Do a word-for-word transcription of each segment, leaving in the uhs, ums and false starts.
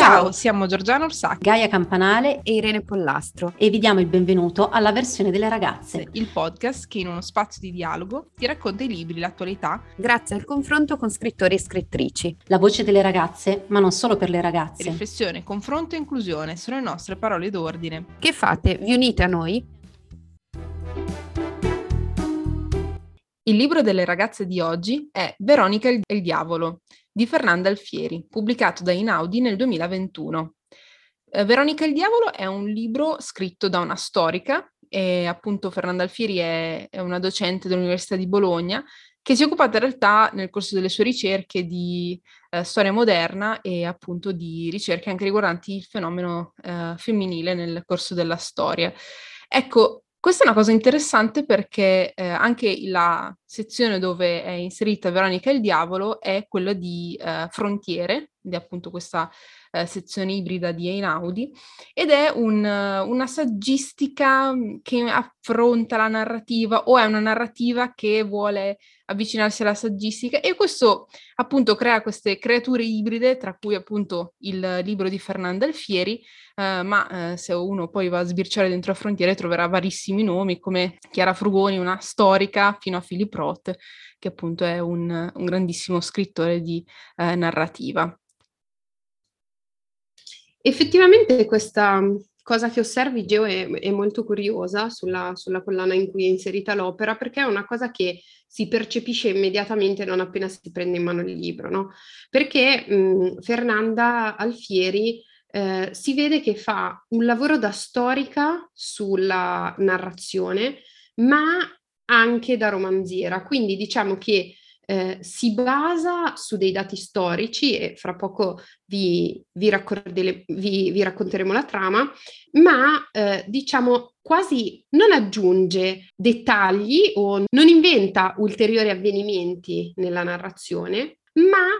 Ciao, siamo Giorgiana Orsacchi, Gaia Campanale e Irene Pollastro e vi diamo il benvenuto alla versione delle ragazze, il podcast che in uno spazio di dialogo ti racconta i libri, l'attualità, grazie al confronto con scrittori e scrittrici. La voce delle ragazze, ma non solo per le ragazze. Riflessione, confronto e inclusione sono le nostre parole d'ordine. Che fate? Vi unite a noi? Il libro delle ragazze di oggi è Veronica e il diavolo di Fernanda Alfieri, pubblicato da Einaudi nel duemilaventuno. Eh, Veronica e il diavolo è un libro scritto da una storica, e appunto Fernanda Alfieri è, è una docente dell'Università di Bologna che si è occupata in realtà nel corso delle sue ricerche di eh, storia moderna e appunto di ricerche anche riguardanti il fenomeno eh, femminile nel corso della storia. Ecco, questa è una cosa interessante perché eh, anche la sezione dove è inserita Veronica e il diavolo è quella di eh, Frontiere, di appunto questa eh, sezione ibrida di Einaudi, ed è un, una saggistica che affronta la narrativa o è una narrativa che vuole avvicinarsi alla saggistica, e questo appunto crea queste creature ibride, tra cui appunto il libro di Fernanda Alfieri, eh, ma eh, se uno poi va a sbirciare dentro a Frontiere troverà varissimi nomi come Chiara Frugoni, una storica, fino a Philip Roth, che appunto è un, un grandissimo scrittore di eh, narrativa. Effettivamente questa cosa che osservi, Geo, è, è molto curiosa sulla, sulla collana in cui è inserita l'opera, perché è una cosa che si percepisce immediatamente non appena si prende in mano il libro, no? Perché mh, Fernanda Alfieri eh, si vede che fa un lavoro da storica sulla narrazione, ma anche da romanziera, quindi diciamo che Eh, si basa su dei dati storici e fra poco vi, vi, raccordele, vi, vi racconteremo la trama, ma eh, diciamo quasi non aggiunge dettagli o non inventa ulteriori avvenimenti nella narrazione, ma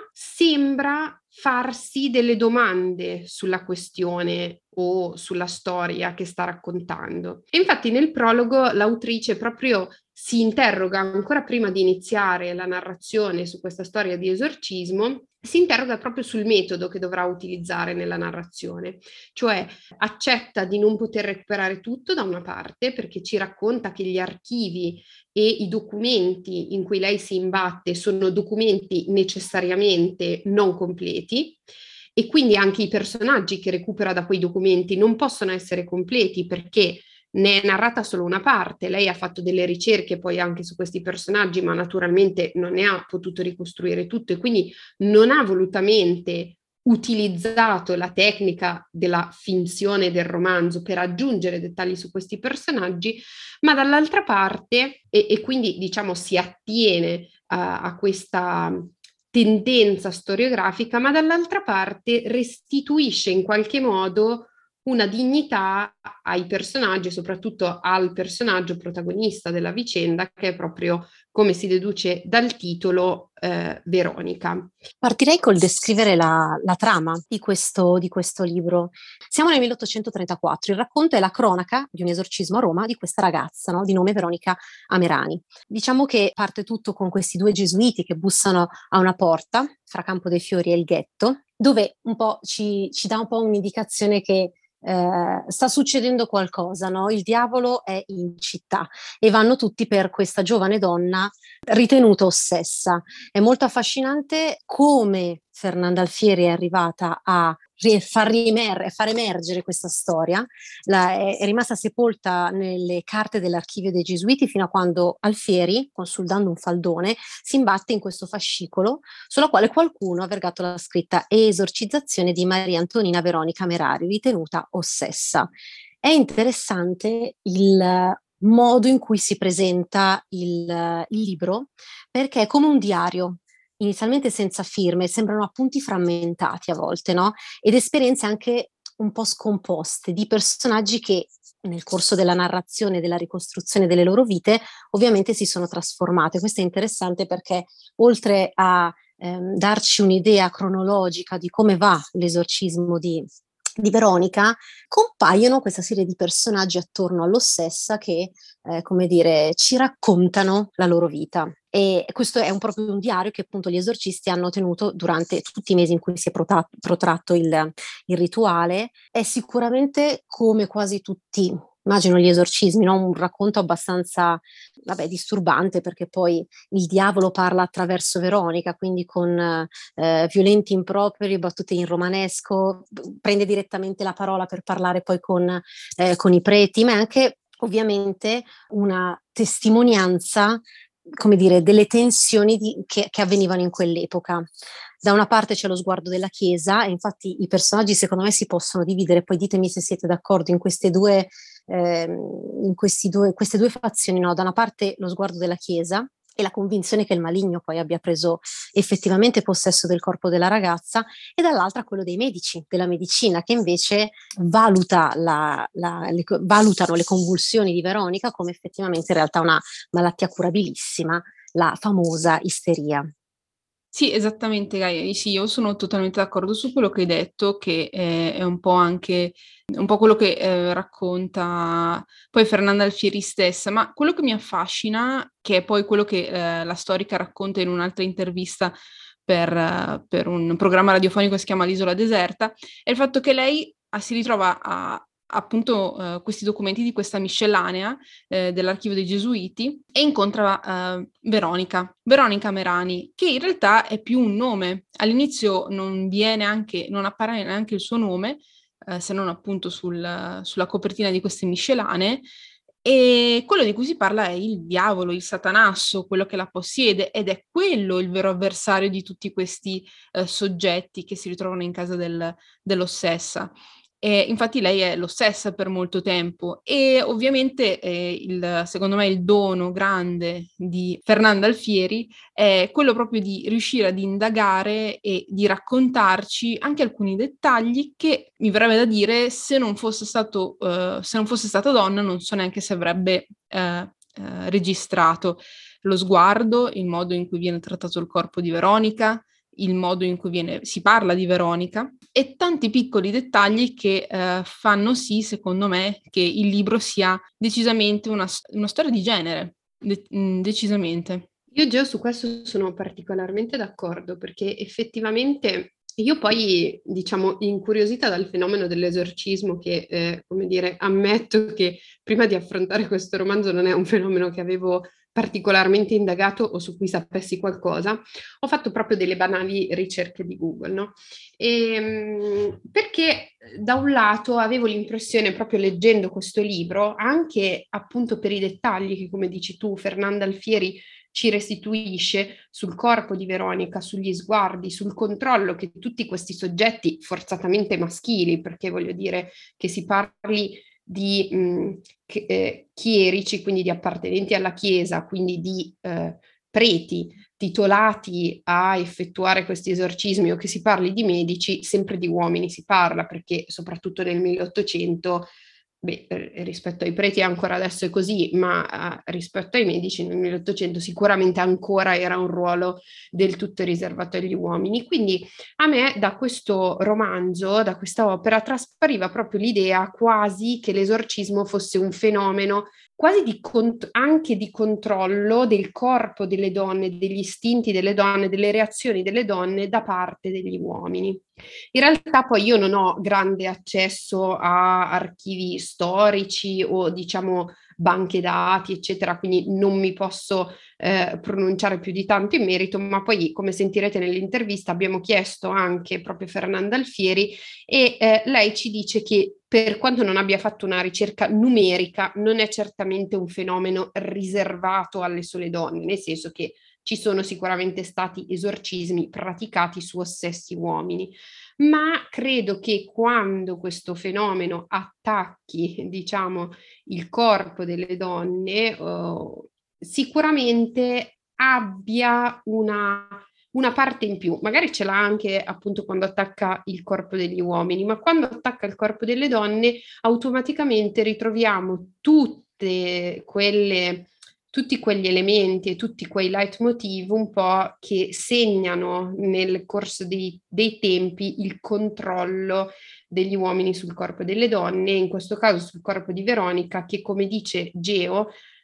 sembra farsi delle domande sulla questione o sulla storia che sta raccontando. E infatti nel prologo l'autrice proprio si interroga ancora prima di iniziare la narrazione su questa storia di esorcismo, si interroga proprio sul metodo che dovrà utilizzare nella narrazione, cioè accetta di non poter recuperare tutto da una parte, perché ci racconta che gli archivi e i documenti in cui lei si imbatte sono documenti necessariamente non completi, e quindi anche i personaggi che recupera da quei documenti non possono essere completi perché ne è narrata solo una parte. Lei ha fatto delle ricerche poi anche su questi personaggi, ma naturalmente non ne ha potuto ricostruire tutto e quindi non ha volutamente utilizzato la tecnica della finzione del romanzo per aggiungere dettagli su questi personaggi, ma dall'altra parte, e, e quindi diciamo si attiene a, a questa tendenza storiografica, ma dall'altra parte restituisce in qualche modo una dignità ai personaggi, soprattutto al personaggio protagonista della vicenda, che è proprio, come si deduce dal titolo, eh, Veronica. Partirei col descrivere la, la trama di questo, di questo libro. Siamo nel milleottocentotrentaquattro, il racconto è la cronaca di un esorcismo a Roma di questa ragazza, no? Di nome Veronica Amerani. Diciamo che parte tutto con questi due gesuiti che bussano a una porta fra Campo dei Fiori e il ghetto, dove un po' ci, ci dà un po' un'indicazione che Eh, sta succedendo qualcosa, no? Il diavolo è in città e vanno tutti per questa giovane donna ritenuta ossessa. È molto affascinante come Fernanda Alfieri è arrivata a far, riemer- far emergere questa storia. La, è, è rimasta sepolta nelle carte dell'archivio dei Gesuiti fino a quando Alfieri, consultando un faldone, si imbatte in questo fascicolo sulla quale qualcuno ha vergato la scritta esorcizzazione di Maria Antonina Veronica Merari, ritenuta ossessa. È interessante il modo in cui si presenta il, il libro, perché è come un diario, inizialmente senza firme, sembrano appunti frammentati a volte, no? Ed esperienze anche un po' scomposte di personaggi che nel corso della narrazione, della ricostruzione delle loro vite, ovviamente si sono trasformate. Questo è interessante perché oltre a ehm, darci un'idea cronologica di come va l'esorcismo di di Veronica, compaiono questa serie di personaggi attorno all'ossessa che, eh, come dire, ci raccontano la loro vita. E questo è un, proprio un diario che appunto gli esorcisti hanno tenuto durante tutti i mesi in cui si è prota- protratto il, il rituale. È sicuramente, come quasi tutti, immagino, gli esorcismi, no? Un racconto abbastanza, vabbè, disturbante, perché poi il diavolo parla attraverso Veronica, quindi con eh, violenti improperi, battute in romanesco, prende direttamente la parola per parlare poi con, eh, con i preti, ma è anche ovviamente una testimonianza, come dire, delle tensioni di, che, che avvenivano in quell'epoca. Da una parte c'è lo sguardo della Chiesa, e infatti i personaggi secondo me si possono dividere, poi ditemi se siete d'accordo, in queste due, eh, in questi due, queste due fazioni, no? Da una parte lo sguardo della Chiesa e la convinzione che il maligno poi abbia preso effettivamente possesso del corpo della ragazza, e dall'altra quello dei medici, della medicina, che invece valuta la, la, le, valutano le convulsioni di Veronica come effettivamente in realtà una malattia curabilissima, la famosa isteria. Sì, esattamente, Gaia. Sì, io sono totalmente d'accordo su quello che hai detto, che è, è un po' anche un po' quello che eh, racconta poi Fernanda Alfieri stessa, ma quello che mi affascina, che è poi quello che eh, la storica racconta in un'altra intervista per, uh, per un programma radiofonico che si chiama L'Isola Deserta, è il fatto che lei ah, si ritrova a appunto uh, questi documenti di questa miscellanea eh, dell'archivio dei Gesuiti e incontra uh, Veronica, Veronica Merani, che in realtà è più un nome. All'inizio non viene anche, non appare neanche il suo nome, eh, se non appunto sul, sulla copertina di queste miscellanee, e quello di cui si parla è il diavolo, il satanasso, quello che la possiede, ed è quello il vero avversario di tutti questi eh, soggetti che si ritrovano in casa del, dell'ossessa. E infatti lei è l'ossessa per molto tempo e ovviamente eh, il, secondo me il dono grande di Fernanda Alfieri è quello proprio di riuscire ad indagare e di raccontarci anche alcuni dettagli che mi verrebbe da dire se non fosse stato, uh, se non fosse stata donna non so neanche se avrebbe uh, uh, registrato lo sguardo, il modo in cui viene trattato il corpo di Veronica, il modo in cui viene, si parla di Veronica e tanti piccoli dettagli che uh, fanno sì, secondo me, che il libro sia decisamente una, una storia di genere, de- decisamente. Io Gio su questo sono particolarmente d'accordo perché effettivamente io poi, diciamo, incuriosita dal fenomeno dell'esorcismo, che, eh, come dire, ammetto che prima di affrontare questo romanzo non è un fenomeno che avevo particolarmente indagato o su cui sapessi qualcosa, ho fatto proprio delle banali ricerche di Google, no? E, perché da un lato avevo l'impressione, proprio leggendo questo libro, anche appunto per i dettagli che, come dici tu, Fernanda Alfieri ci restituisce sul corpo di Veronica, sugli sguardi, sul controllo che tutti questi soggetti forzatamente maschili, perché voglio dire che si parli di mh, che, eh, chierici, quindi di appartenenti alla Chiesa, quindi di eh, preti titolati a effettuare questi esorcismi, o che si parli di medici, sempre di uomini si parla, perché soprattutto nel milleottocento, beh, rispetto ai preti ancora adesso è così, ma uh, rispetto ai medici nel milleottocento sicuramente ancora era un ruolo del tutto riservato agli uomini. Quindi a me da questo romanzo, da questa opera, traspariva proprio l'idea quasi che l'esorcismo fosse un fenomeno quasi di cont- anche di controllo del corpo delle donne, degli istinti delle donne, delle reazioni delle donne da parte degli uomini. In realtà poi io non ho grande accesso a archivi storici o diciamo banche dati, eccetera, quindi non mi posso eh, pronunciare più di tanto in merito, ma poi come sentirete nell'intervista abbiamo chiesto anche proprio Fernanda Alfieri e eh, lei ci dice che per quanto non abbia fatto una ricerca numerica, non è certamente un fenomeno riservato alle sole donne, nel senso che ci sono sicuramente stati esorcismi praticati su ossessi uomini, ma credo che quando questo fenomeno attacchi, diciamo, il corpo delle donne, uh, sicuramente abbia una, una parte in più. Magari ce l'ha anche appunto quando attacca il corpo degli uomini, ma quando attacca il corpo delle donne, automaticamente ritroviamo tutte quelle tutti quegli elementi e tutti quei leitmotiv un po' che segnano nel corso dei, dei tempi il controllo degli uomini sul corpo delle donne, in questo caso sul corpo di Veronica, che come dice Geo,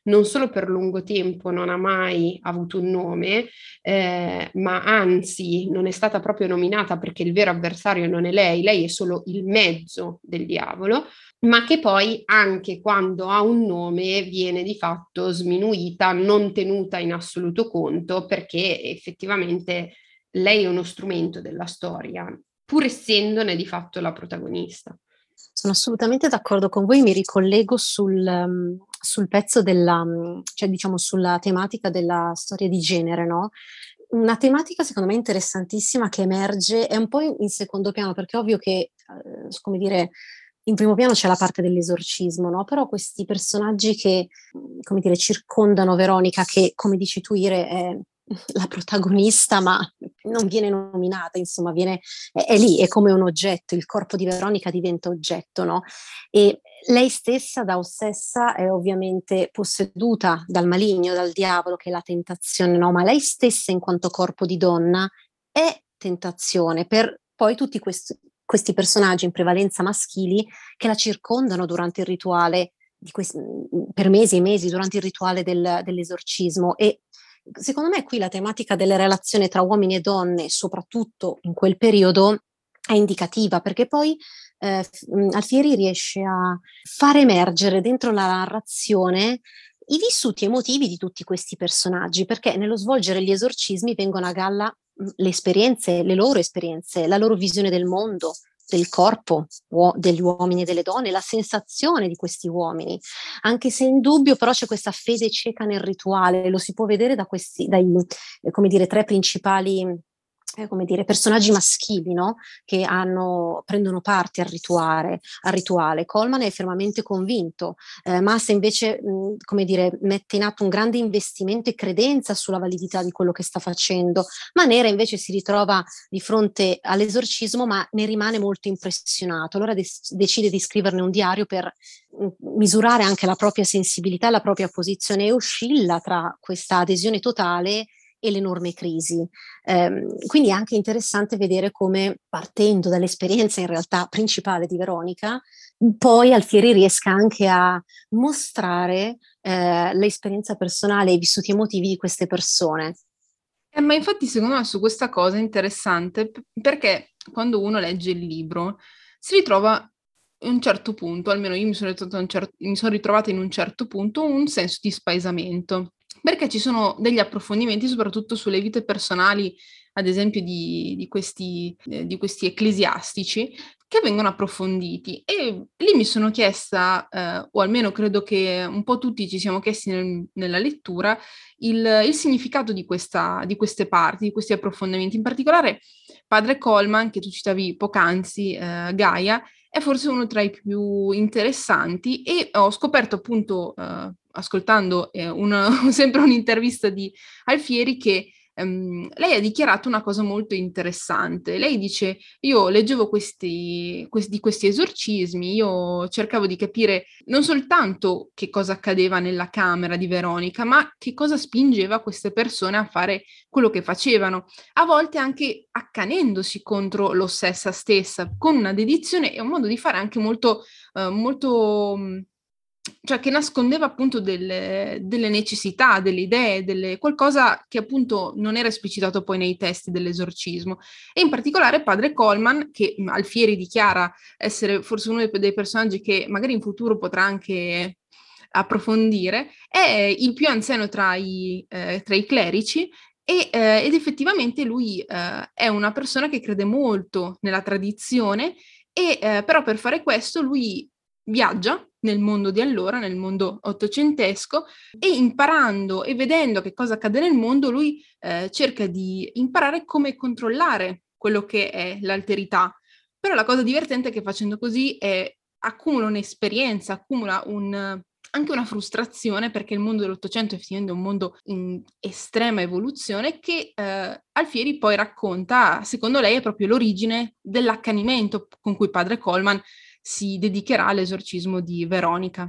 non solo per lungo tempo non ha mai avuto un nome, eh, ma anzi non è stata proprio nominata perché il vero avversario non è lei, lei è solo il mezzo del diavolo, ma che poi anche quando ha un nome viene di fatto sminuita, non tenuta in assoluto conto, perché effettivamente lei è uno strumento della storia, pur essendone di fatto la protagonista. Sono assolutamente d'accordo con voi, mi ricollego sul, um, sul pezzo della, um, cioè diciamo sulla tematica della storia di genere, no? Una tematica secondo me interessantissima che emerge, è un po' in, in secondo piano, perché è ovvio che, eh, come dire, in primo piano c'è la parte dell'esorcismo, no? Però questi personaggi che, mm, come dire, circondano Veronica, che, come dici tu, Ire, è la protagonista, ma non viene nominata, insomma, viene, è, è lì, è come un oggetto, il corpo di Veronica diventa oggetto, no? E lei stessa, da ossessa, è ovviamente posseduta dal maligno, dal diavolo, che è la tentazione, no? Ma lei stessa, in quanto corpo di donna, è tentazione per poi tutti questi, questi personaggi in prevalenza maschili che la circondano durante il rituale, di questi, per mesi e mesi, durante il rituale del, dell'esorcismo. E secondo me qui la tematica delle relazioni tra uomini e donne, soprattutto in quel periodo, è indicativa, perché poi eh, Alfieri riesce a far emergere dentro la narrazione i vissuti emotivi di tutti questi personaggi, perché nello svolgere gli esorcismi vengono a galla le esperienze, le loro esperienze, la loro visione del mondo, del corpo uo- degli uomini e delle donne, la sensazione di questi uomini, anche se in dubbio però c'è questa fede cieca nel rituale, lo si può vedere da questi, dai, eh, come dire, tre principali eh, come dire, personaggi maschili, no? Che hanno, prendono parte al rituale, al rituale. Coleman è fermamente convinto, eh, Massa invece, mh, come dire, mette in atto un grande investimento e credenza sulla validità di quello che sta facendo, ma Nera invece si ritrova di fronte all'esorcismo, ma ne rimane molto impressionato. Allora de- decide di scriverne un diario per mh, misurare anche la propria sensibilità, la propria posizione, e oscilla tra questa adesione totale e l'enorme crisi. Eh, quindi è anche interessante vedere come, partendo dall'esperienza in realtà principale di Veronica, poi Alfieri riesca anche a mostrare eh, l'esperienza personale e i vissuti emotivi di queste persone. Eh, ma infatti secondo me su questa cosa è interessante p- perché quando uno legge il libro si ritrova a un certo punto, almeno io mi sono ritrovata, a un cer- mi sono ritrovata in un certo punto, un senso di spaesamento, perché ci sono degli approfondimenti soprattutto sulle vite personali, ad esempio di, di questi, eh, di questi ecclesiastici, che vengono approfonditi. E lì mi sono chiesta, eh, o almeno credo che un po' tutti ci siamo chiesti nel- nella lettura, il, il significato di, questa, di queste parti, di questi approfondimenti. In particolare, padre Coleman, che tu citavi poc'anzi, eh, Gaia, è forse uno tra i più interessanti e ho scoperto appunto, eh, ascoltando eh, una, sempre un'intervista di Alfieri, che ehm, lei ha dichiarato una cosa molto interessante. Lei dice: io leggevo questi, questi, di questi esorcismi, io cercavo di capire non soltanto che cosa accadeva nella camera di Veronica, ma che cosa spingeva queste persone a fare quello che facevano, a volte anche accanendosi contro l'ossessa stessa, con una dedizione e un modo di fare anche molto, eh, molto, mh, cioè che nascondeva appunto delle, delle necessità, delle idee, delle, qualcosa che appunto non era esplicitato poi nei testi dell'esorcismo. E in particolare padre Coleman, che mh, Alfieri dichiara essere forse uno dei, dei personaggi che magari in futuro potrà anche approfondire, è il più anziano tra i, eh, tra i clerici e, eh, ed effettivamente lui eh, è una persona che crede molto nella tradizione e eh, però per fare questo lui viaggia nel mondo di allora, nel mondo ottocentesco, e imparando e vedendo che cosa accade nel mondo, lui eh, cerca di imparare come controllare quello che è l'alterità. Però la cosa divertente è che facendo così è, accumula un'esperienza, accumula un, anche una frustrazione, perché il mondo dell'Ottocento è effettivamente un mondo in estrema evoluzione che eh, Alfieri poi racconta, secondo lei è proprio l'origine dell'accanimento con cui padre Coleman si dedicherà all'esorcismo di Veronica.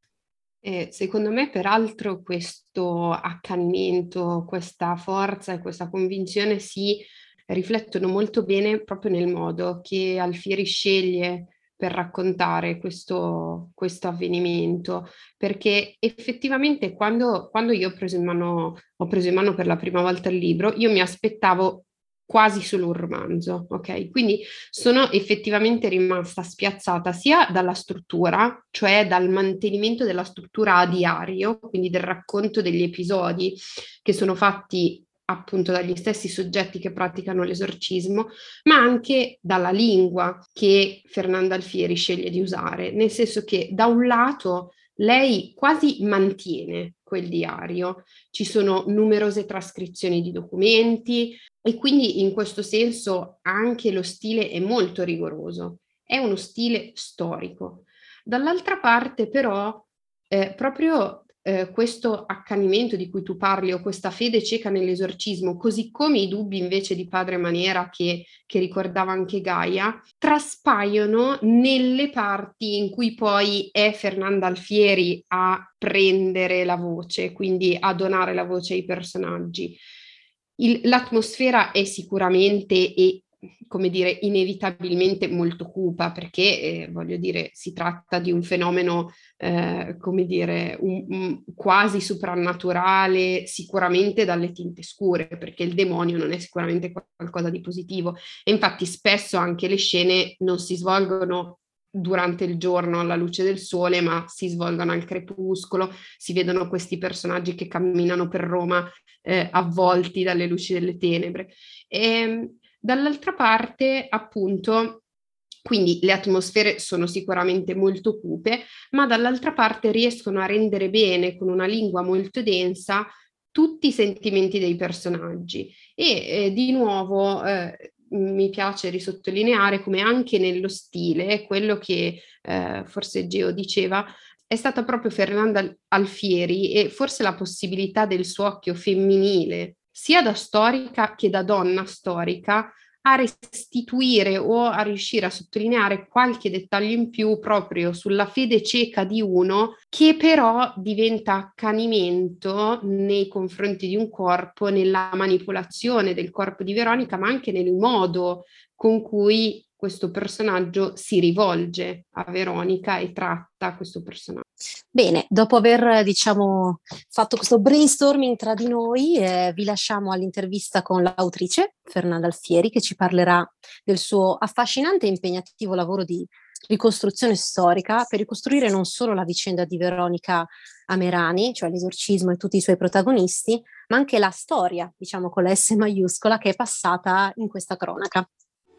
E secondo me, peraltro, questo accanimento, questa forza e questa convinzione si riflettono molto bene proprio nel modo che Alfieri sceglie per raccontare questo, questo avvenimento, perché effettivamente quando, quando io ho preso in mano, ho preso in mano per la prima volta il libro, io mi aspettavo quasi solo un romanzo, ok? Quindi sono effettivamente rimasta spiazzata sia dalla struttura, cioè dal mantenimento della struttura a diario, quindi del racconto degli episodi che sono fatti appunto dagli stessi soggetti che praticano l'esorcismo, ma anche dalla lingua che Fernanda Alfieri sceglie di usare, nel senso che da un lato lei quasi mantiene quel diario, ci sono numerose trascrizioni di documenti e quindi in questo senso anche lo stile è molto rigoroso, è uno stile storico. Dall'altra parte però eh, proprio eh, questo accanimento di cui tu parli o questa fede cieca nell'esorcismo, così come i dubbi invece di padre Maniera che, che ricordava anche Gaia, traspaiono nelle parti in cui poi è Fernanda Alfieri a prendere la voce, quindi a donare la voce ai personaggi. Il, l'atmosfera è sicuramente e come dire, inevitabilmente molto cupa, perché eh, voglio dire, si tratta di un fenomeno, eh, come dire, un, un, quasi soprannaturale, sicuramente dalle tinte scure, perché il demonio non è sicuramente qualcosa di positivo. E infatti spesso anche le scene non si svolgono durante il giorno alla luce del sole, ma si svolgono al crepuscolo, si vedono questi personaggi che camminano per Roma eh, avvolti dalle luci delle tenebre. E, dall'altra parte, appunto, quindi le atmosfere sono sicuramente molto cupe, ma dall'altra parte riescono a rendere bene, con una lingua molto densa, tutti i sentimenti dei personaggi. E eh, di nuovo eh, mi piace risottolineare come anche nello stile, quello che eh, forse Geo diceva, è stata proprio Fernanda Alfieri e forse la possibilità del suo occhio femminile, sia da storica che da donna storica, a restituire o a riuscire a sottolineare qualche dettaglio in più proprio sulla fede cieca di uno che però diventa accanimento nei confronti di un corpo, nella manipolazione del corpo di Veronica, ma anche nel modo con cui questo personaggio si rivolge a Veronica e tratta questo personaggio. Bene, dopo aver, diciamo, fatto questo brainstorming tra di noi, eh, vi lasciamo all'intervista con l'autrice Fernanda Alfieri, che ci parlerà del suo affascinante e impegnativo lavoro di ricostruzione storica per ricostruire non solo la vicenda di Veronica Amerani, cioè l'esorcismo e tutti i suoi protagonisti, ma anche la storia, diciamo con la S maiuscola, che è passata in questa cronaca.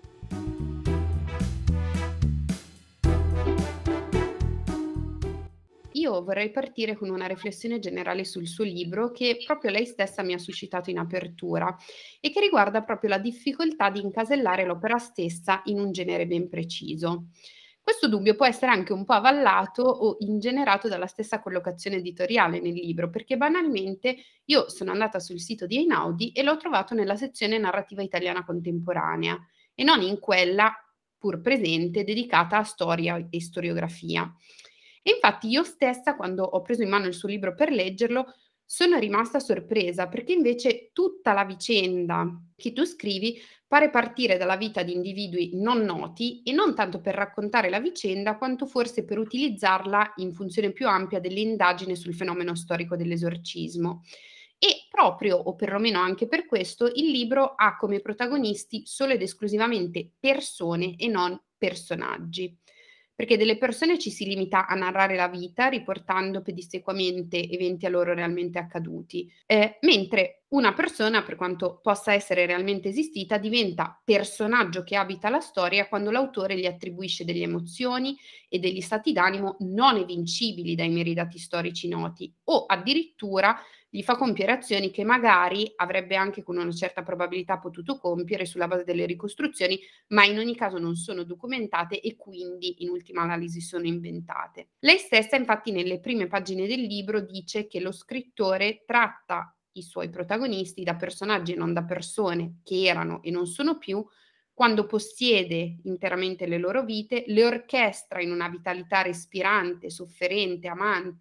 Io vorrei partire con una riflessione generale sul suo libro che proprio lei stessa mi ha suscitato in apertura e che riguarda proprio la difficoltà di incasellare l'opera stessa in un genere ben preciso. Questo dubbio può essere anche un po' avallato o ingenerato dalla stessa collocazione editoriale nel libro, perché banalmente io sono andata sul sito di Einaudi e l'ho trovato nella sezione narrativa italiana contemporanea e non in quella, pur presente, dedicata a storia e storiografia. E infatti io stessa, quando ho preso in mano il suo libro per leggerlo, sono rimasta sorpresa perché invece tutta la vicenda che tu scrivi pare partire dalla vita di individui non noti e non tanto per raccontare la vicenda quanto forse per utilizzarla in funzione più ampia dell'indagine sul fenomeno storico dell'esorcismo. E proprio, o perlomeno anche per questo, il libro ha come protagonisti solo ed esclusivamente persone e non personaggi. Perché delle persone ci si limita a narrare la vita riportando pedissequamente eventi a loro realmente accaduti, eh, mentre una persona, per quanto possa essere realmente esistita, diventa personaggio che abita la storia quando l'autore gli attribuisce delle emozioni e degli stati d'animo non evincibili dai meri dati storici noti o addirittura gli fa compiere azioni che magari avrebbe anche con una certa probabilità potuto compiere sulla base delle ricostruzioni, ma in ogni caso non sono documentate e quindi in ultima analisi sono inventate. Lei stessa infatti nelle prime pagine del libro dice che lo scrittore tratta i suoi protagonisti da personaggi e non da persone che erano e non sono più, quando possiede interamente le loro vite, le orchestra in una vitalità respirante, sofferente, amante,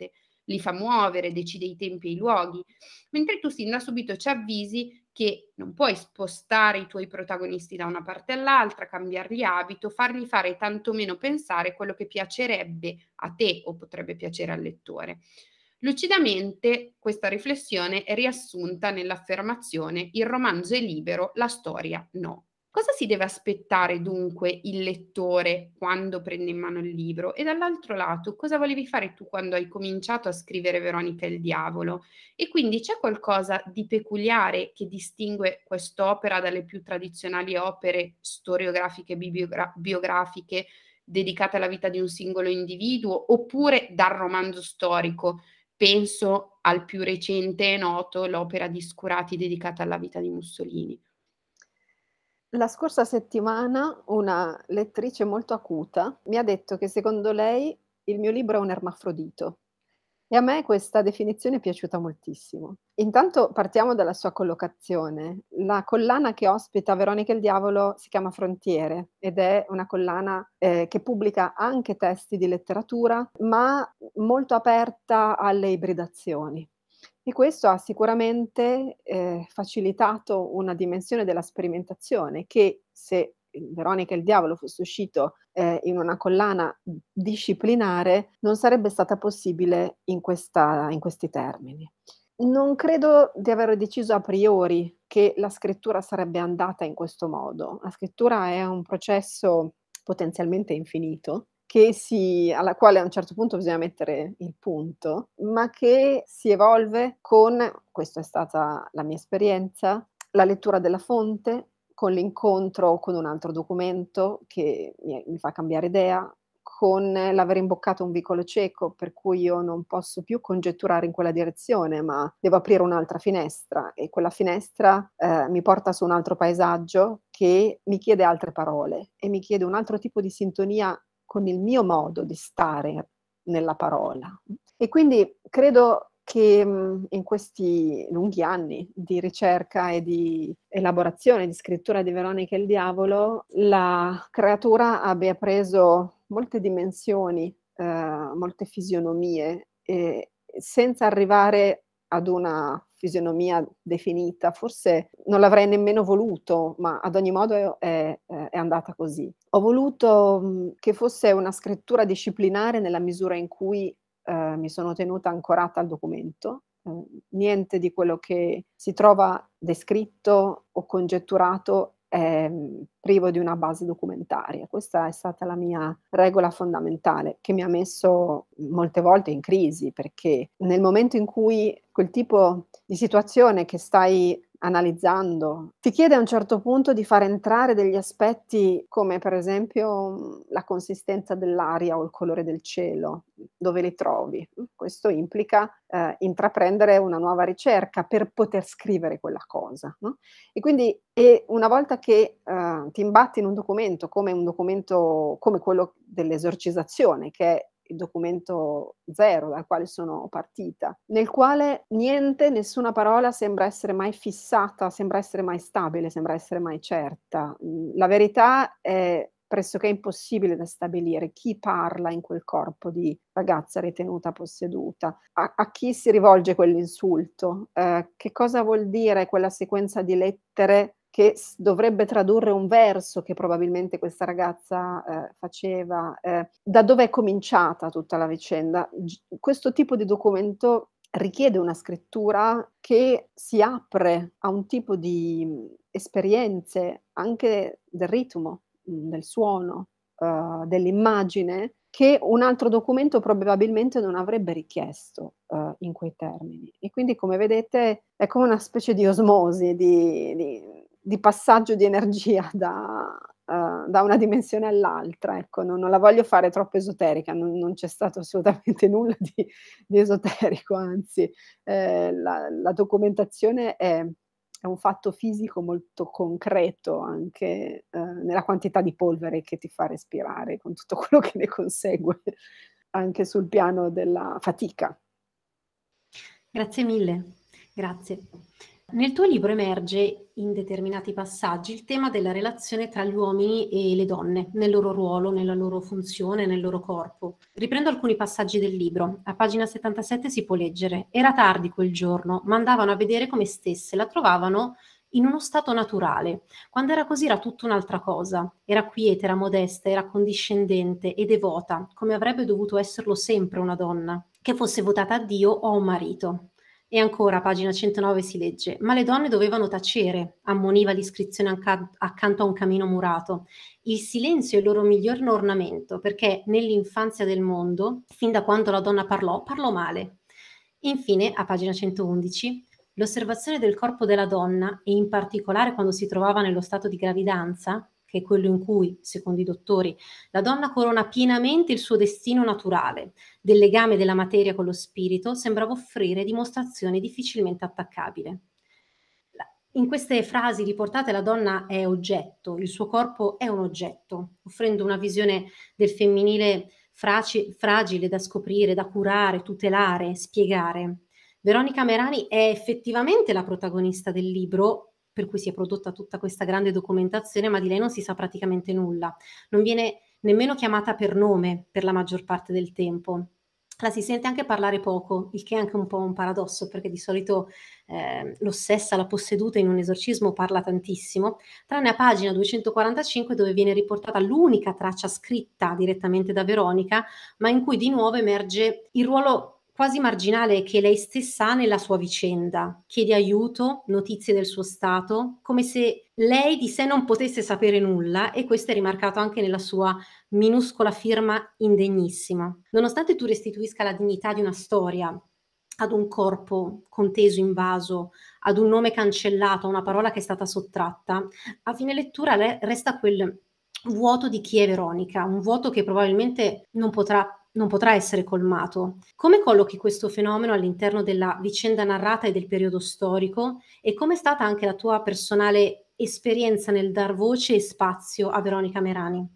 li fa muovere, decide i tempi e i luoghi, mentre tu sin da subito ci avvisi che non puoi spostare i tuoi protagonisti da una parte all'altra, cambiargli abito, fargli fare tantomeno pensare quello che piacerebbe a te o potrebbe piacere al lettore. Lucidamente questa riflessione è riassunta nell'affermazione: il romanzo è libero, la storia no. Cosa si deve aspettare dunque il lettore quando prende in mano il libro? E dall'altro lato, cosa volevi fare tu quando hai cominciato a scrivere Veronica e il diavolo? E quindi c'è qualcosa di peculiare che distingue quest'opera dalle più tradizionali opere storiografiche, bibiogra- biografiche dedicate alla vita di un singolo individuo, oppure dal romanzo storico? Penso al più recente e noto, l'opera di Scurati dedicata alla vita di Mussolini. La scorsa settimana una lettrice molto acuta mi ha detto che secondo lei il mio libro è un ermafrodito e a me questa definizione è piaciuta moltissimo. Intanto partiamo dalla sua collocazione. La collana che ospita Veronica e il diavolo si chiama Frontiere ed è una collana eh, che pubblica anche testi di letteratura, ma molto aperta alle ibridazioni. E questo ha sicuramente, ehm, facilitato una dimensione della sperimentazione che, se il Veronica e il diavolo fosse uscito, ehm, in una collana disciplinare, non sarebbe stata possibile in questa in questi termini. Non credo di aver deciso a priori che la scrittura sarebbe andata in questo modo. La scrittura è un processo potenzialmente infinito, che si alla quale a un certo punto bisogna mettere il punto, ma che si evolve con, questa è stata la mia esperienza, la lettura della fonte, con l'incontro con un altro documento che mi mi fa cambiare idea, con l'aver imboccato un vicolo cieco, per cui io non posso più congetturare in quella direzione, ma devo aprire un'altra finestra e quella finestra, ehm, mi porta su un altro paesaggio che mi chiede altre parole e mi chiede un altro tipo di sintonia con il mio modo di stare nella parola. E quindi credo che, mhmm, in questi lunghi anni di ricerca e di elaborazione, di scrittura di Veronica e il diavolo, la creatura abbia preso molte dimensioni, ehm, molte fisionomie, e senza arrivare ad una fisionomia definita. Forse non l'avrei nemmeno voluto, ma ad ogni modo è è è andata così. Ho voluto, mhmm, che fosse una scrittura disciplinare nella misura in cui, ehm, mi sono tenuta ancorata al documento. Ehm, niente di quello che si trova descritto o congetturato è, mhmm, privo di una base documentaria. Questa è stata la mia regola fondamentale, che mi ha messo molte volte in crisi, perché nel momento in cui quel tipo di situazione che stai analizzando ti chiede a un certo punto di far entrare degli aspetti come per esempio, mhmm, la consistenza dell'aria o il colore del cielo, dove li trovi? Mh, questo implica, ehm, intraprendere una nuova ricerca per poter scrivere quella cosa, no, e quindi e una volta che, ehm, ti imbatti in un documento come un documento come quello dell'esorcizzazione, che è il documento zero dal quale sono partita, nel quale niente, nessuna parola sembra essere mai fissata, sembra essere mai stabile, sembra essere mai certa. Mhmm, la verità è pressoché impossibile da stabilire. Chi parla in quel corpo di ragazza ritenuta posseduta? A a chi si rivolge quell'insulto? Ehm, che cosa vuol dire quella sequenza di lettere che s dovrebbe tradurre un verso che probabilmente questa ragazza, ehm, faceva? Ehm, da dove è cominciata tutta la vicenda? G questo tipo di documento richiede una scrittura che si apre a un tipo di, mhmm, esperienze anche del ritmo, mhmm, del suono, uhm, dell'immagine, che un altro documento probabilmente non avrebbe richiesto, uhm, in quei termini. E quindi come vedete è come una specie di osmosi, di di di passaggio di energia da uhm, da una dimensione all'altra, ecco. Non non la voglio fare troppo esoterica, non non c'è stato assolutamente nulla di di esoterico, anzi, ehm, la la documentazione è è un fatto fisico molto concreto anche, ehm, nella quantità di polvere che ti fa respirare, con tutto quello che ne consegue, anche sul piano della fatica. Grazie mille, grazie. Nel tuo libro emerge in determinati passaggi il tema della relazione tra gli uomini e le donne, nel loro ruolo, nella loro funzione, nel loro corpo. Riprendo alcuni passaggi del libro. A pagina settantasette si può leggere: era tardi quel giorno, ma andavano a vedere come stesse, la trovavano in uno stato naturale. Quando era così era tutta un'altra cosa. Era quieta, era modesta, era condiscendente e devota, come avrebbe dovuto esserlo sempre una donna, che fosse votata a Dio o a un marito. E ancora, a pagina centonove si legge: ma le donne dovevano tacere, ammoniva l'iscrizione acca- accanto a un camino murato. Il silenzio è il loro miglior ornamento, perché nell'infanzia del mondo, fin da quando la donna parlò, parlò male. Infine, a pagina centoundici, l'osservazione del corpo della donna, e in particolare quando si trovava nello stato di gravidanza, che è quello in cui, secondo i dottori, la donna corona pienamente il suo destino naturale, del legame della materia con lo spirito, sembrava offrire dimostrazioni difficilmente attaccabili. La- In queste frasi riportate la donna è oggetto, il suo corpo è un oggetto, offrendo una visione del femminile fraci- fragile da scoprire, da curare, tutelare, spiegare. Veronica Merani è effettivamente la protagonista del libro, per cui si è prodotta tutta questa grande documentazione, ma di lei non si sa praticamente nulla. Non viene nemmeno chiamata per nome per la maggior parte del tempo. La si sente anche parlare poco, il che è anche un po' un paradosso, perché di solito eh, l'ossessa, la posseduta in un esorcismo parla tantissimo, tranne a pagina duecentoquarantacinque dove viene riportata l'unica traccia scritta direttamente da Veronica, ma in cui di nuovo emerge il ruolo quasi marginale che lei stessa ha nella sua vicenda. Chiede aiuto, notizie del suo stato, come se lei di sé non potesse sapere nulla, e questo è rimarcato anche nella sua minuscola firma indegnissima. Nonostante tu restituisca la dignità di una storia ad un corpo conteso, invaso, ad un nome cancellato, a una parola che è stata sottratta, a fine lettura le- resta quel vuoto di chi è Veronica, un vuoto che probabilmente non potrà, non potrà essere colmato. Come collochi questo fenomeno all'interno della vicenda narrata e del periodo storico, e come è stata anche la tua personale esperienza nel dar voce e spazio a Veronica Merani?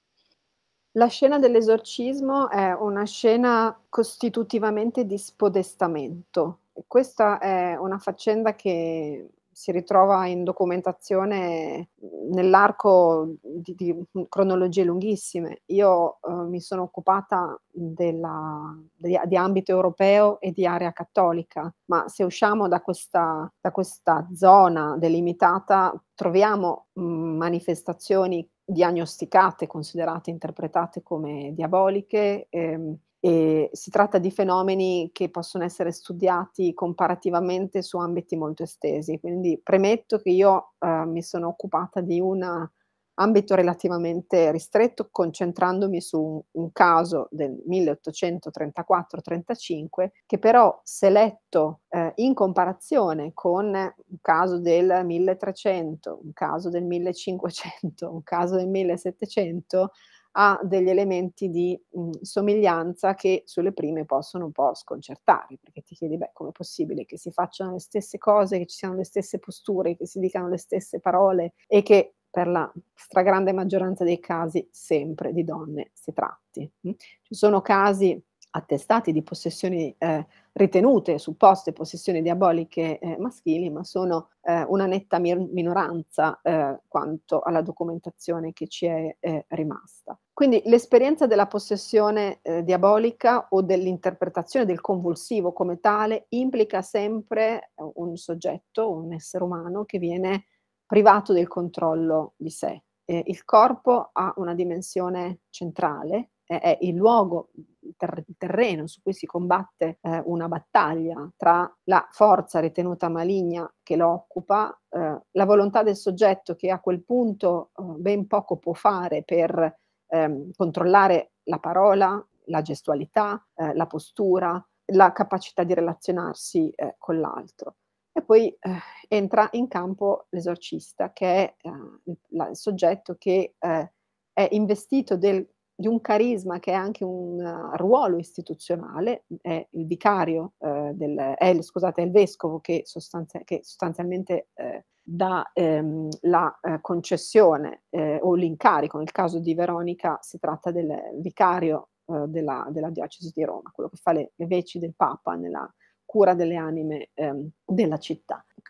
La scena dell'esorcismo è una scena costitutivamente di spodestamento, e questa è una faccenda che si ritrova in documentazione mhmm, nell'arco di di, mhmm, cronologie lunghissime. Io, uhm, mi sono occupata della di di ambito europeo e di area cattolica, ma se usciamo da questa da questa zona delimitata troviamo, mhmm, manifestazioni diagnosticate, considerate, interpretate come diaboliche, ehm, e si tratta di fenomeni che possono essere studiati comparativamente su ambiti molto estesi. Quindi premetto che io, uhm, mi sono occupata di un ambito relativamente ristretto, concentrandomi su un un caso del milleottocentotrentaquattro trentacinque, che però, se letto, ehm, in comparazione con un caso del milletrecento, un caso del millecinquecento, un caso del millesettecento, ha degli elementi di, mhmm, somiglianza che sulle prime possono un po' sconcertare, perché ti chiedi: "Beh, com'è possibile che si facciano le stesse cose, che ci siano le stesse posture, che si dicano le stesse parole e che per la stragrande maggioranza dei casi sempre di donne si tratti?" Mh. Ci sono casi attestati di possessioni, ehm, ritenute, supposte possessioni diaboliche, ehm, maschili, ma sono, ehm, una netta mir minoranza, ehm, quanto alla documentazione che ci è, ehm, rimasta. Quindi l'esperienza della possessione, ehm, diabolica o dell'interpretazione del convulsivo come tale implica sempre u un soggetto, un essere umano che viene privato del controllo di sé. Ehm, il corpo ha una dimensione centrale, è è il luogo, il ter il terreno su cui si combatte, ehm, una battaglia tra la forza ritenuta maligna che lo occupa, ehm, la volontà del soggetto che a quel punto, uhm, ben poco può fare per, ehm, controllare la parola, la gestualità, ehm, la postura, la capacità di relazionarsi, ehm, con l'altro. E poi, eh, entra in campo l'esorcista che è, ehm, il la il soggetto che, ehm, è investito del di un carisma che è anche un eh, ruolo istituzionale, è il vicario, ehm, del è il scusate, è il vescovo che sostanzia che sostanzialmente, ehm, dà, ehm, la, ehm, concessione, ehm, o l'incarico. Nel caso di Veronica si tratta del vicario, uhm, della della diocesi di Roma, quello che fa le le veci del Papa nella cura delle anime, ehm, della città.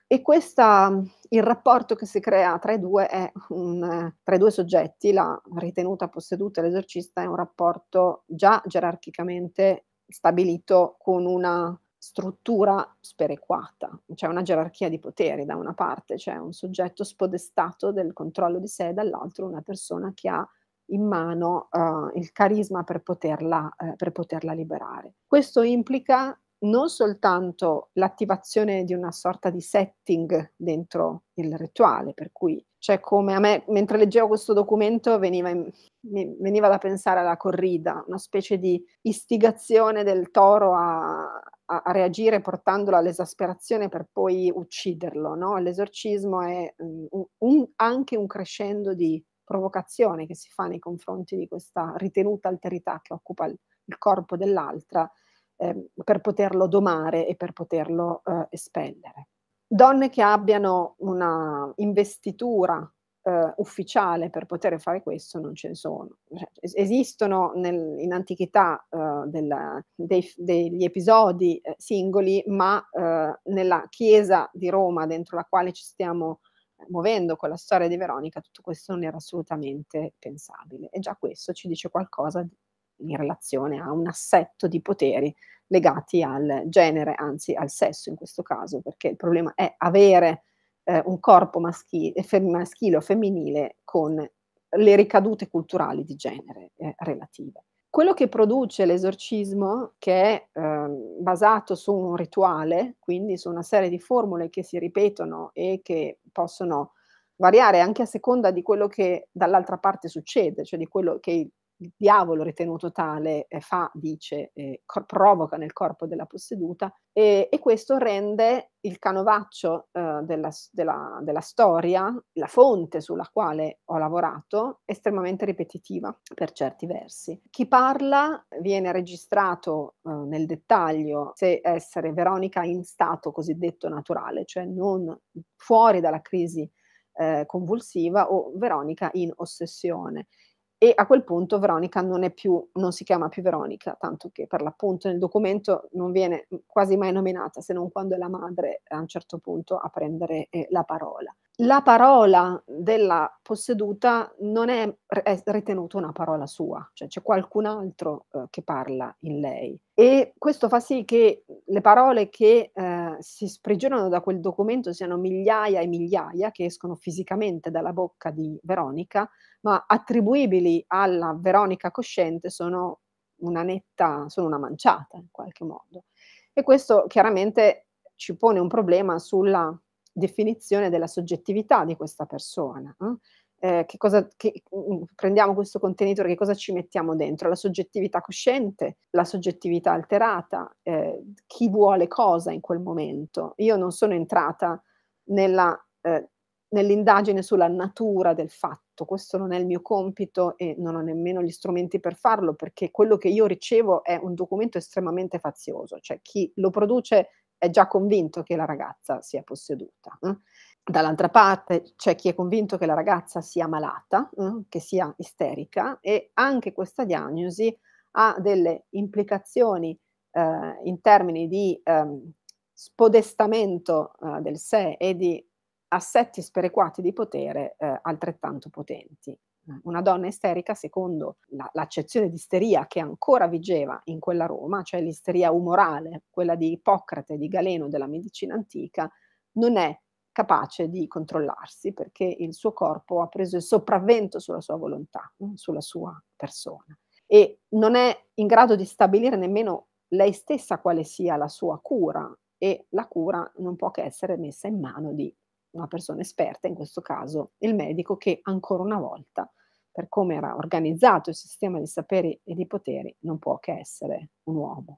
E questa il rapporto che si crea tra i due è un tra i due soggetti, la ritenuta posseduta e l'esorcista, è un rapporto già gerarchicamente stabilito con una struttura sperequata. C'è una gerarchia di poteri: da una parte c'è un soggetto spodestato del controllo di sé, dall'altro una persona che ha in mano, uhm, il carisma per poterla ehm, per poterla liberare. Questo implica non soltanto l'attivazione di una sorta di setting dentro il rituale, per cui c'è come a me mentre leggevo questo documento veniva in mi veniva da pensare alla corrida, una specie di istigazione del toro a a a reagire portandolo all'esasperazione per poi ucciderlo, no, l'esorcismo è, mhmm, u un anche un crescendo di provocazione che si fa nei confronti di questa ritenuta alterità che occupa il il corpo dell'altra, ehm, per poterlo domare e per poterlo, uhm, espellere. Donne che abbiano una investitura, uhm, ufficiale per potere fare questo non ce ne sono. Cioè, es esistono nel in antichità, uhm, del dei f degli episodi, ehm, singoli, ma, uhm, nella Chiesa di Roma dentro la quale ci stiamo eh, muovendo con la storia di Veronica, tutto questo non era assolutamente pensabile. E già questo ci dice qualcosa d in relazione a un assetto di poteri legati al genere, anzi al sesso in questo caso, perché il problema è avere, ehm, un corpo maschi e fem maschile o femminile con le ricadute culturali di genere, ehm, relative. Quello che produce l'esorcismo, che è, ehm, basato su un rituale, quindi su una serie di formule che si ripetono e che possono variare anche a seconda di quello che dall'altra parte succede, cioè di quello che il il diavolo ritenuto tale, ehm, fa, dice, e cor provoca nel corpo della posseduta, e e questo rende il canovaccio, uhm, della s della della storia, la fonte sulla quale ho lavorato, estremamente ripetitiva per certi versi. Chi parla viene registrato, uhm, nel dettaglio se essere Veronica in stato cosiddetto naturale, cioè non fuori dalla crisi, ehm, convulsiva, o Veronica in ossessione. E a quel punto Veronica non è più non si chiama più Veronica, tanto che per l'appunto nel documento non viene, mhmm, quasi mai nominata, se non quando è la madre a un certo punto a prendere, ehm, la parola. La parola della posseduta non è r è ritenuto una parola sua, cioè c'è qualcun altro, uhm, che parla in lei. E questo fa sì che le parole che, ehm, si sprigionano da quel documento siano migliaia e migliaia, che escono fisicamente dalla bocca di Veronica, ma attribuibili alla Veronica cosciente sono una netta sono una manciata in qualche modo. E questo chiaramente ci pone un problema sulla definizione della soggettività di questa persona, no, ehm, che cosa che mhmm, prendiamo questo contenitore, che cosa ci mettiamo dentro? La soggettività cosciente, la soggettività alterata, ehm, chi vuole cosa in quel momento. Io non sono entrata nella ehm, nell'indagine sulla natura del fatto, questo non è il mio compito e non ho nemmeno gli strumenti per farlo, perché quello che io ricevo è un documento estremamente fazioso, cioè chi lo produce è già convinto che la ragazza sia posseduta, mh. Dall'altra parte c'è chi è convinto che la ragazza sia malata, mh, che sia isterica, e anche questa diagnosi ha delle implicazioni, ehm, in termini di, ehm, spodestamento, uhm, del sé e di assetti sperequati di potere, ehm, altrettanto potenti. Mh, una donna isterica, secondo la l'accezione di isteria che ancora vigeva in quella Roma, cioè l'isteria umorale, quella di Ippocrate, di Galeno, della medicina antica, non è capace di controllarsi, perché il suo corpo ha preso il sopravvento sulla sua volontà, mh, sulla sua persona. E non è in grado di stabilire nemmeno lei stessa quale sia la sua cura, e la cura non può che essere messa in mano di una persona esperta, in questo caso il medico, che ancora una volta, per come era organizzato il sistema di saperi e di poteri, non può che essere un uomo.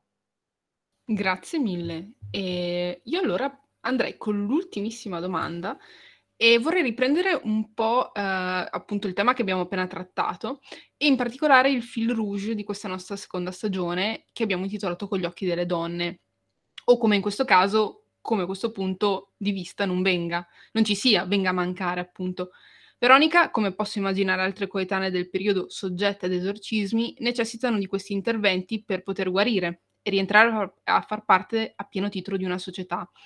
Grazie mille. E io allora andrei con l'ultimissima domanda e vorrei riprendere un po', ehm, appunto il tema che abbiamo appena trattato e in particolare il fil rouge di questa nostra seconda stagione che abbiamo intitolato "Con gli occhi delle donne", o come in questo caso, come questo punto di vista non venga non ci sia, venga a mancare appunto. Veronica, come posso immaginare altre coetanee del periodo soggette ad esorcismi, necessitano di questi interventi per poter guarire e rientrare a a far parte a pieno titolo di una società.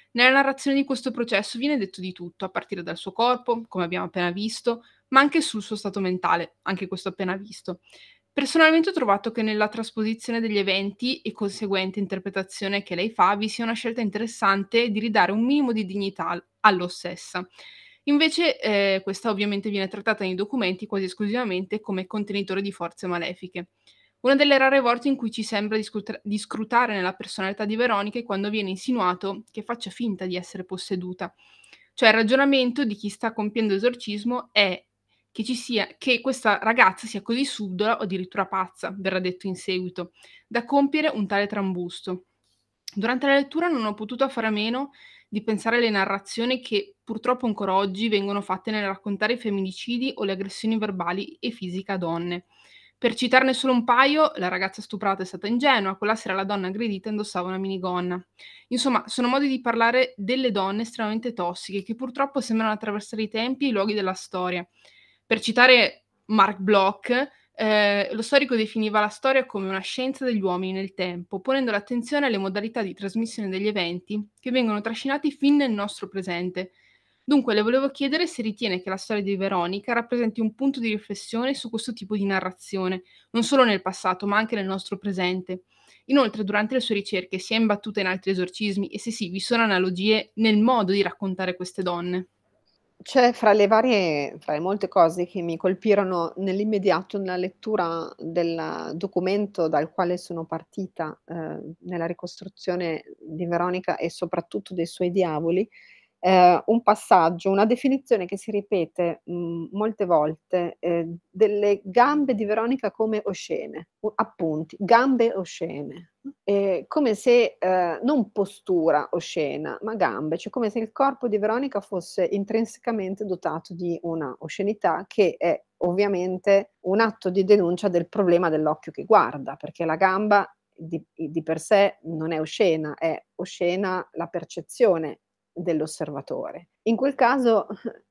Nella narrazione di questo processo viene detto di tutto, a partire dal suo corpo, come abbiamo appena visto, ma anche sul suo stato mentale, anche questo appena visto. Personalmente ho trovato che nella trasposizione degli eventi e conseguente interpretazione che lei fa vi sia una scelta interessante di ridare un minimo di dignità al- all'ossessa. Invece, eh, questa ovviamente viene trattata nei documenti quasi esclusivamente come contenitore di forze malefiche. Una delle rare volte in cui ci sembra di, scruta- di scrutare nella personalità di Veronica è quando viene insinuato che faccia finta di essere posseduta. Cioè il ragionamento di chi sta compiendo esorcismo è che, ci sia, che questa ragazza sia così subdola o addirittura pazza, verrà detto in seguito, da compiere un tale trambusto. Durante la lettura non ho potuto fare a meno di pensare alle narrazioni che purtroppo ancora oggi vengono fatte nel raccontare i femminicidi o le aggressioni verbali e fisiche a donne. Per citarne solo un paio, la ragazza stuprata è stata ingenua, quella sera la donna aggredita indossava una minigonna. Insomma, sono modi di parlare delle donne estremamente tossiche che purtroppo sembrano attraversare i tempi e i luoghi della storia. Per citare Mark Bloch, eh, lo storico definiva la storia come una scienza degli uomini nel tempo, ponendo l'attenzione alle modalità di trasmissione degli eventi che vengono trascinati fin nel nostro presente. Dunque, le volevo chiedere se ritiene che la storia di Veronica rappresenti un punto di riflessione su questo tipo di narrazione, non solo nel passato, ma anche nel nostro presente. Inoltre, durante le sue ricerche si è imbattuta in altri esorcismi e se sì, vi sono analogie nel modo di raccontare queste donne. C'è fra le varie fra le molte cose che mi colpirono nell'immediato nella lettura del documento dal quale sono partita, ehm, nella ricostruzione di Veronica e soprattutto dei suoi diavoli, ehm, un passaggio, una definizione che si ripete, mhmm, molte volte, ehm, delle gambe di Veronica come oscene, u appunti, gambe oscene. Ehm, come se, ehm, non postura oscena, ma gambe, cioè come se il corpo di Veronica fosse intrinsecamente dotato di una oscenità che è ovviamente un atto di denuncia del problema dell'occhio che guarda, perché la gamba di di per sé non è oscena, è oscena la percezione dell'osservatore. In quel caso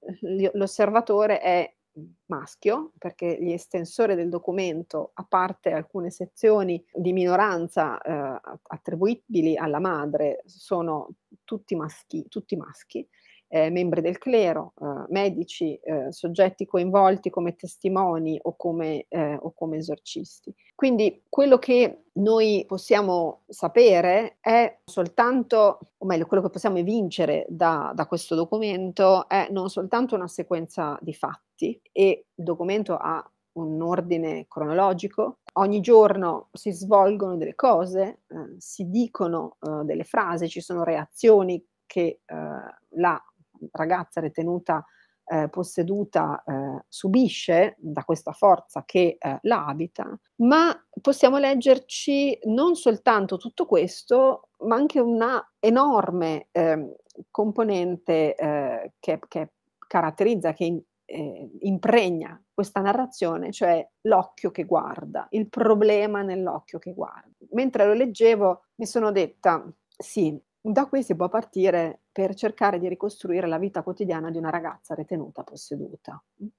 l l'osservatore è maschio, perché gli estensori del documento, a parte alcune sezioni di minoranza, ehm, a attribuibili alla madre, sono tutti maschi tutti maschi, ehm, membri del clero, ehm, medici, ehm, soggetti coinvolti come testimoni o come ehm, o come esorcisti. Quindi quello che noi possiamo sapere è soltanto o meglio quello che possiamo evincere da da questo documento è non soltanto una sequenza di fatti e il documento ha un ordine cronologico. Ogni giorno si svolgono delle cose, ehm, si dicono, uhm, delle frasi, ci sono reazioni che, ehm, la ragazza ritenuta, ehm, posseduta, ehm, subisce da questa forza che, ehm, la abita, ma possiamo leggerci non soltanto tutto questo, ma anche una enorme, ehm, componente, ehm, che che caratterizza, che in ehm, impregna questa narrazione, cioè l'occhio che guarda, il problema nell'occhio che guarda. Mentre lo leggevo mi sono detta: "Sì, da qui si può partire per cercare di ricostruire la vita quotidiana di una ragazza ritenuta posseduta". Mh.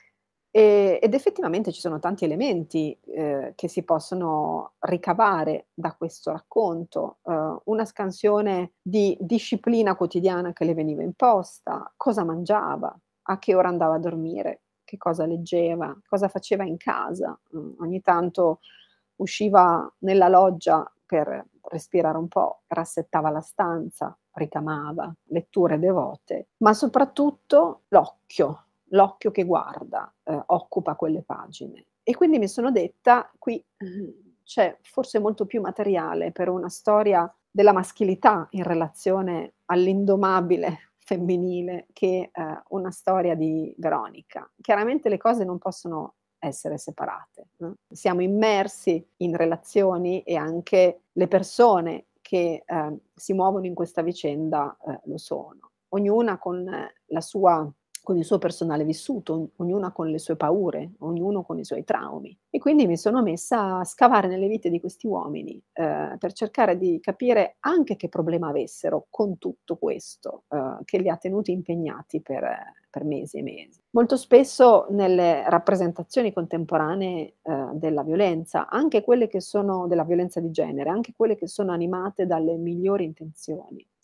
Ehm, ed effettivamente ci sono tanti elementi, ehm, che si possono ricavare da questo racconto, uhm, una scansione di disciplina quotidiana che le veniva imposta, cosa mangiava, a che ora andava a dormire, che cosa leggeva, cosa faceva in casa. Mhmm, ogni tanto usciva nella loggia per respirare un po', rassettava la stanza, ricamava, letture devote, ma soprattutto l'occhio. L'occhio che guarda, ehm, occupa quelle pagine. E quindi mi sono detta: "Qui, mhmm, c'è forse molto più materiale per una storia della maschilità in relazione all'indomabile femminile che, ehm, una storia di Veronica". Chiaramente le cose non possono essere separate, no, siamo immersi in relazioni e anche le persone che, ehm, si muovono in questa vicenda, ehm, lo sono. Ognuna con eh, la sua con il suo personale vissuto, ogn ognuna con le sue paure, ognuno con i suoi traumi. E quindi mi sono messa a scavare nelle vite di questi uomini, ehm, per cercare di capire anche che problema avessero con tutto questo, ehm, che li ha tenuti impegnati per per mesi e mesi. Molto spesso nelle rappresentazioni contemporanee, ehm, della violenza, anche quelle che sono della violenza di genere, anche quelle che sono animate dalle migliori intenzioni,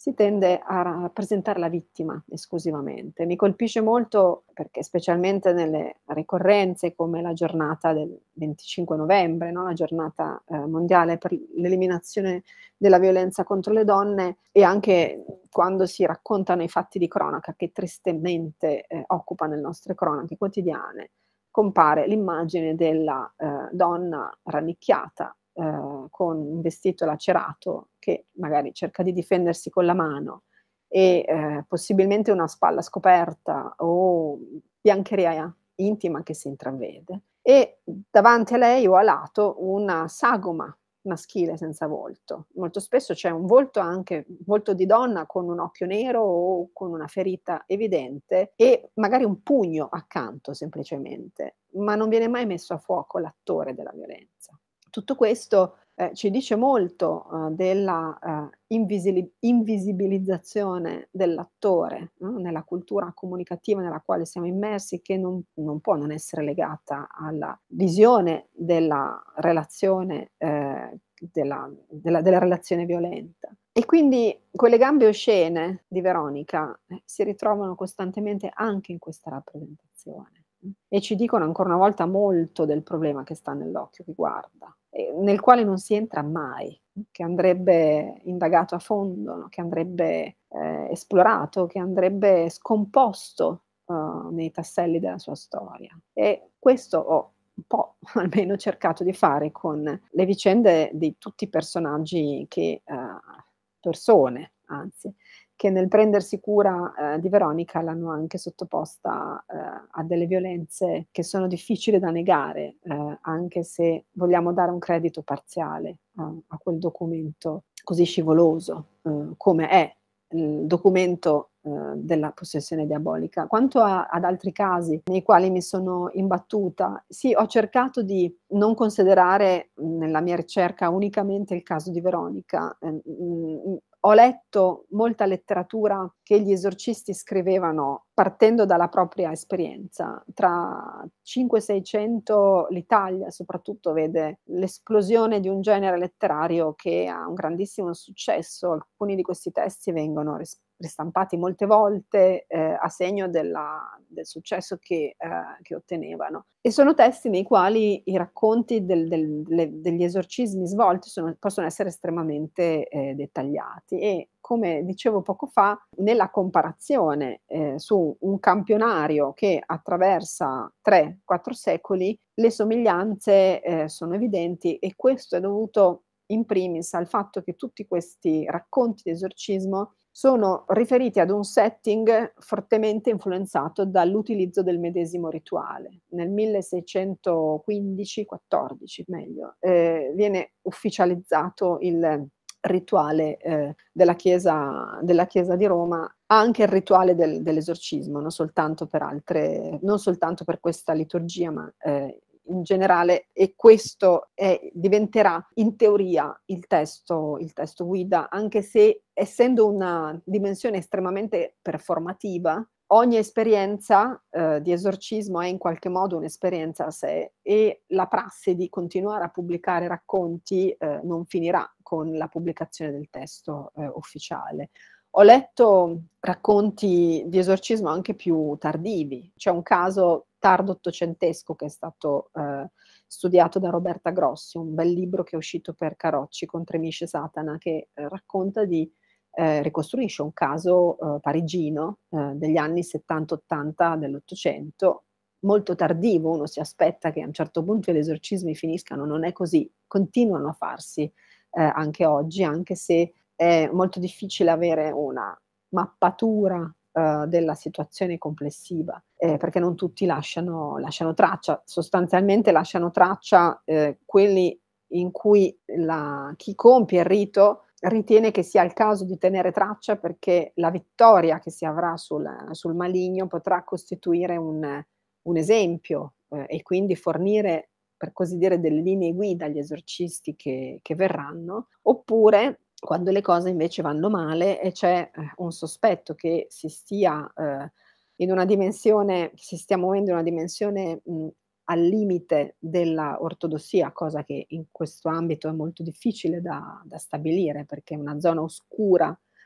si tende a rappresentare la vittima esclusivamente. Mi colpisce molto perché specialmente nelle ricorrenze come la giornata del venticinque novembre, no, la giornata, ehm, mondiale per l'eliminazione della violenza contro le donne, e anche quando si raccontano i fatti di cronaca che tristemente, ehm, occupano le nostre cronache quotidiane, compare l'immagine della, ehm, donna rannicchiata, ehm, con un vestito lacerato che magari cerca di difendersi con la mano e, ehm, possibilmente una spalla scoperta o biancheria intima che si intravede, e davanti a lei o a lato una sagoma maschile senza volto. Molto spesso c'è un volto anche volto di donna con un occhio nero o con una ferita evidente e magari un pugno accanto semplicemente, ma non viene mai messo a fuoco l'attore della violenza. Tutto questo, ehm, ci dice molto, uhm, della, uhm, invisili invisibilizzazione dell'attore, no, nella cultura comunicativa nella quale siamo immersi, che non non può non essere legata alla visione della relazione, ehm, della della della relazione violenta. E quindi quelle gambe oscene di Veronica, eh, si ritrovano costantemente anche in questa rappresentazione, mh, e ci dicono ancora una volta molto del problema che sta nell'occhio che guarda, e nel quale non si entra mai, mh, che andrebbe indagato a fondo, no, che andrebbe, ehm, esplorato, che andrebbe scomposto, uhm, nei tasselli della sua storia. E questo ho un po' almeno cercato di fare con le vicende di tutti i personaggi che uhm, persone anzi, che nel prendersi cura, ehm, di Veronica l'hanno anche sottoposta, ehm, a delle violenze che sono difficili da negare, ehm, anche se vogliamo dare un credito parziale a a quel documento così scivoloso, uhm, come è il documento, uhm, della possessione diabolica. Quanto a ad altri casi nei quali mi sono imbattuta, sì, ho cercato di non considerare, mhmm, nella mia ricerca unicamente il caso di Veronica. Ehm, mhmm, ho letto molta letteratura che gli esorcisti scrivevano partendo dalla propria esperienza. Tra cinque, seicento l'Italia soprattutto vede l'esplosione di un genere letterario che ha un grandissimo successo. Alcuni di questi testi vengono ris ristampati molte volte, ehm, a segno della del successo che ehm, che ottenevano. E sono testi nei quali i racconti del del le degli esorcismi svolti sono possono essere estremamente, ehm, dettagliati e, come dicevo poco fa, nella comparazione, ehm, su un campionario che attraversa tre, quattro secoli, le somiglianze, ehm, sono evidenti, e questo è dovuto in primis al fatto che tutti questi racconti di esorcismo sono riferiti ad un setting fortemente influenzato dall'utilizzo del medesimo rituale. Nel milleseicentoquindici quattordici meglio, ehm, viene ufficializzato il rituale, ehm, della chiesa della chiesa di Roma, anche il rituale del dell'esorcismo, non soltanto per altre non soltanto per questa liturgia, ma, ehm, in generale, e questo è diventerà in teoria il testo il testo guida, anche se essendo una dimensione estremamente performativa, ogni esperienza, ehm, di esorcismo è in qualche modo un'esperienza a sé, e la prassi di continuare a pubblicare racconti, ehm, non finirà con la pubblicazione del testo, ehm, ufficiale. Ho letto racconti di esorcismo anche più tardivi. C'è un caso tardo ottocentesco che è stato, ehm, studiato da Roberta Grossi, un bel libro che è uscito per Carocci con Tremisce Satana, che, ehm, racconta di ehm, ricostruisce un caso, uhm, parigino, ehm, degli anni settanta ottanta dell'Ottocento, molto tardivo. Uno si aspetta che a un certo punto gli esorcismi finiscano, non è così, continuano a farsi, ehm, anche oggi, anche se è molto difficile avere una mappatura, uhm, della situazione complessiva, ehm, perché non tutti lasciano lasciano traccia. Sostanzialmente lasciano traccia, ehm, quelli in cui la chi compie il rito ritiene che sia il caso di tenere traccia, perché la vittoria che si avrà sul sul maligno potrà costituire un un esempio, ehm, e quindi fornire, per così dire, delle linee guida agli esorcisti che che verranno, oppure quando le cose invece vanno male e c'è, eh, un sospetto che si stia, ehm, in una dimensione che si stia muovendo in una dimensione, mhmm, al limite della ortodossia, cosa che in questo ambito è molto difficile da da stabilire, perché è una zona oscura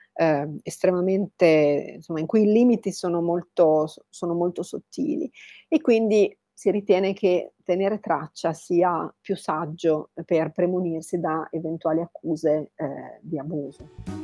eh, estremamente, insomma, in cui i limiti sono molto, sono molto sottili e quindi si ritiene che tenere traccia sia più saggio per premunirsi da eventuali accuse eh, di abuso.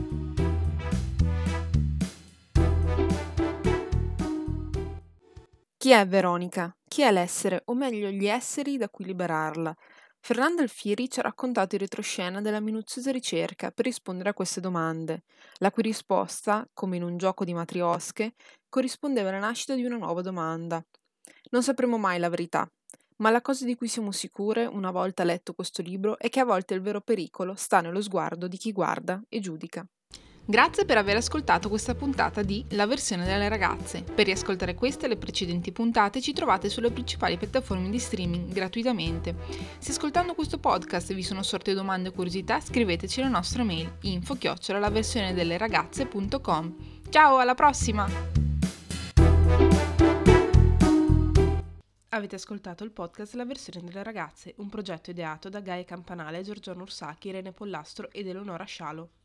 Chi è Veronica? Chi è l'essere, o meglio gli esseri da cui liberarla? Fernanda Alfieri ci ha raccontato in retroscena della minuziosa ricerca per rispondere a queste domande, la cui risposta, come in un gioco di matriosche, corrispondeva alla nascita di una nuova domanda. Non sapremo mai la verità, ma la cosa di cui siamo sicure, una volta letto questo libro, è che a volte il vero pericolo sta nello sguardo di chi guarda e giudica. Grazie per aver ascoltato questa puntata di La versione delle ragazze. Per riascoltare queste e le precedenti puntate ci trovate sulle principali piattaforme di streaming gratuitamente. Se ascoltando questo podcast vi sono sorte domande o curiosità, scriveteci alla nostra mail info chiocciola la versione delle ragazze punto com. Ciao, alla prossima! Avete ascoltato il podcast La versione delle ragazze, un progetto ideato da Gaia Campanale, Giorgione Ursacchi, Irene Pollastro ed Eleonora Scialo.